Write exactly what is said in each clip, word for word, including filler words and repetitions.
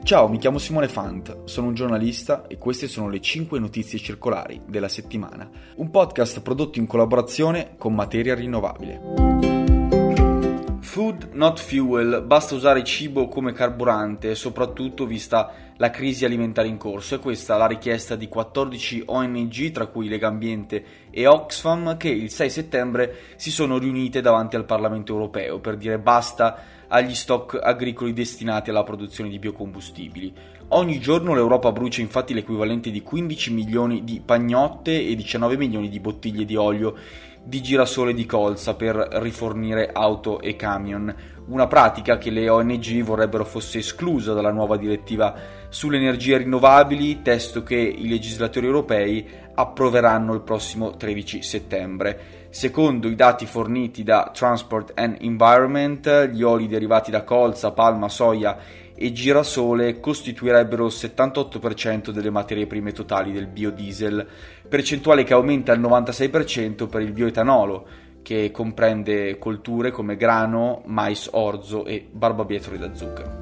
Ciao, mi chiamo Simone Fant, sono un giornalista e queste sono le cinque notizie circolari della settimana, un podcast prodotto in collaborazione con Materia Rinnovabile. Food not fuel, basta usare cibo come carburante, soprattutto vista la crisi alimentare in corso. E questa è la richiesta di quattordici O N G, tra cui Legambiente e Oxfam, che il sei settembre si sono riunite davanti al Parlamento europeo per dire basta agli stock agricoli destinati alla produzione di biocombustibili. Ogni giorno l'Europa brucia infatti l'equivalente di quindici milioni di pagnotte e diciannove milioni di bottiglie di olio di girasole di colza per rifornire auto e camion, una pratica che le O N G vorrebbero fosse esclusa dalla nuova direttiva sulle energie rinnovabili, testo che i legislatori europei approveranno il prossimo tredici settembre. Secondo i dati forniti da Transport and Environment, gli oli derivati da colza, palma, soia e girasole costituirebbero il settantotto per cento delle materie prime totali del biodiesel, percentuale che aumenta al novantasei per cento per il bioetanolo, che comprende colture come grano, mais orzo e barbabietole da zucchero.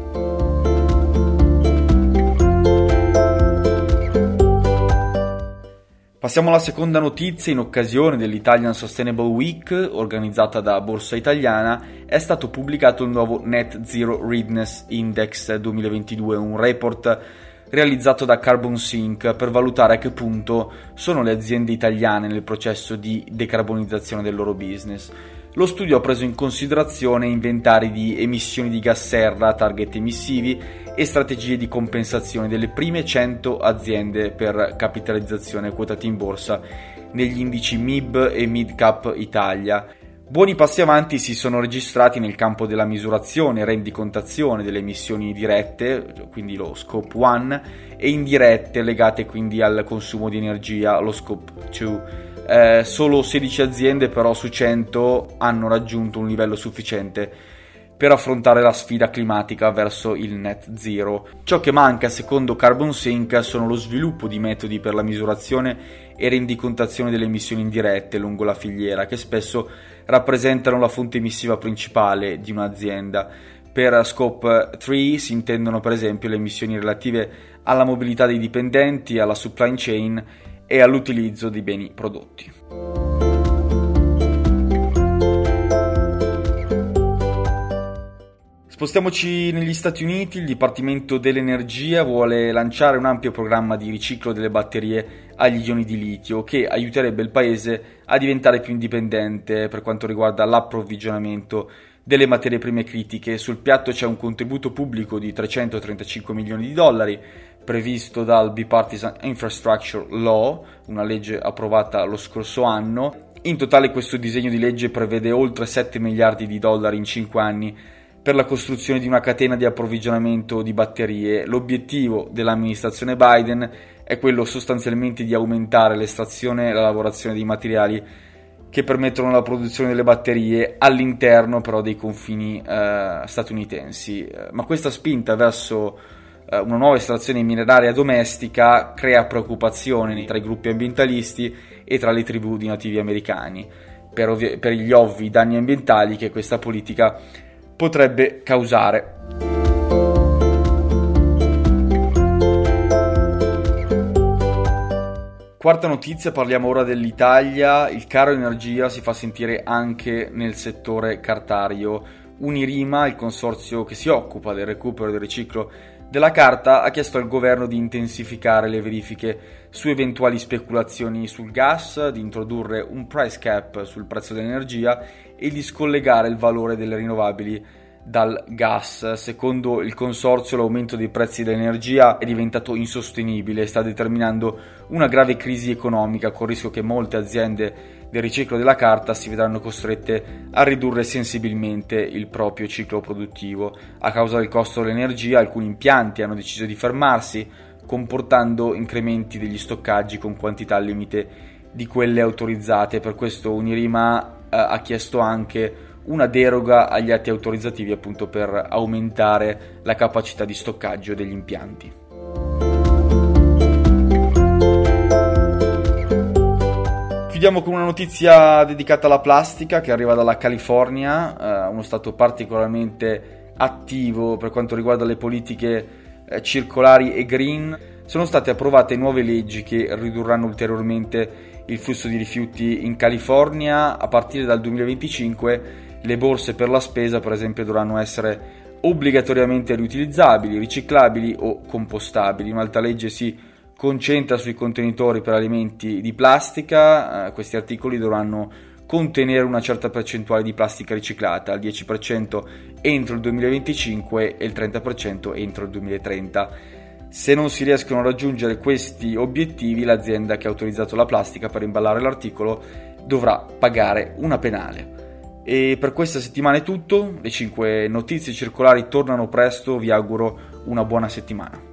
Passiamo alla seconda notizia. In occasione dell'Italian Sustainable Week, organizzata da Borsa Italiana, è stato pubblicato il nuovo Net Zero Readiness Index duemilaventidue, un report realizzato da Carbon Sync per valutare a che punto sono le aziende italiane nel processo di decarbonizzazione del loro business. Lo studio ha preso in considerazione inventari di emissioni di gas serra, target emissivi e strategie di compensazione delle prime cento aziende per capitalizzazione quotate in borsa negli indici M I B e Mid Cap Italia. Buoni passi avanti si sono registrati nel campo della misurazione e rendicontazione delle emissioni dirette, quindi lo Scope uno, e indirette legate quindi al consumo di energia, lo Scope due. Eh, solo sedici aziende però su cento hanno raggiunto un livello sufficiente per affrontare la sfida climatica verso il net zero. Ciò che manca, secondo Carbon Sync, sono lo sviluppo di metodi per la misurazione e rendicontazione delle emissioni indirette lungo la filiera, che spesso rappresentano la fonte emissiva principale di un'azienda. Per Scope tre si intendono per esempio le emissioni relative alla mobilità dei dipendenti, alla supply chain e all'utilizzo di beni prodotti. Spostiamoci negli Stati Uniti. Il Dipartimento dell'Energia vuole lanciare un ampio programma di riciclo delle batterie agli ioni di litio che aiuterebbe il paese a diventare più indipendente per quanto riguarda l'approvvigionamento delle materie prime critiche. Sul piatto c'è un contributo pubblico di trecentotrentacinque milioni di dollari previsto dal Bipartisan Infrastructure Law, una legge approvata lo scorso anno. In totale questo disegno di legge prevede oltre sette miliardi di dollari in cinque anni per la costruzione di una catena di approvvigionamento di batterie. L'obiettivo dell'amministrazione Biden è quello sostanzialmente di aumentare l'estrazione e la lavorazione di materiali che permettono la produzione delle batterie all'interno però dei confini eh, statunitensi. Ma questa spinta verso eh, una nuova estrazione mineraria domestica crea preoccupazione tra i gruppi ambientalisti e tra le tribù di nativi americani per, ovvi- per gli ovvi danni ambientali che questa politica potrebbe causare. Quarta notizia, parliamo ora dell'Italia. Il caro energia si fa sentire anche nel settore cartario. Unirima, il consorzio che si occupa del recupero e del riciclo della carta, ha chiesto al governo di intensificare le verifiche su eventuali speculazioni sul gas, di introdurre un price cap sul prezzo dell'energia e di scollegare il valore delle rinnovabili dal gas. Secondo il consorzio l'aumento dei prezzi dell'energia è diventato insostenibile e sta determinando una grave crisi economica, con il rischio che molte aziende del riciclo della carta si vedranno costrette a ridurre sensibilmente il proprio ciclo produttivo. A causa del costo dell'energia alcuni impianti hanno deciso di fermarsi, comportando incrementi degli stoccaggi con quantità al limite di quelle autorizzate. Per questo Unirima eh, ha chiesto anche una deroga agli atti autorizzativi appunto per aumentare la capacità di stoccaggio degli impianti. Chiudiamo con una notizia dedicata alla plastica che arriva dalla California, eh, uno stato particolarmente attivo per quanto riguarda le politiche eh, circolari e green, sono state approvate nuove leggi che ridurranno ulteriormente il flusso di rifiuti in California. A partire dal duemilaventicinque le borse per la spesa, per esempio, dovranno essere obbligatoriamente riutilizzabili, riciclabili o compostabili. Un'altra legge si concentra sui contenitori per alimenti di plastica. Eh, questi articoli dovranno contenere una certa percentuale di plastica riciclata, il dieci per cento entro il duemilaventicinque e il trenta per cento entro il duemilatrenta. Se non si riescono a raggiungere questi obiettivi, l'azienda che ha utilizzato la plastica per imballare l'articolo dovrà pagare una penale. E per questa settimana è tutto, le cinque notizie circolari tornano presto, vi auguro una buona settimana.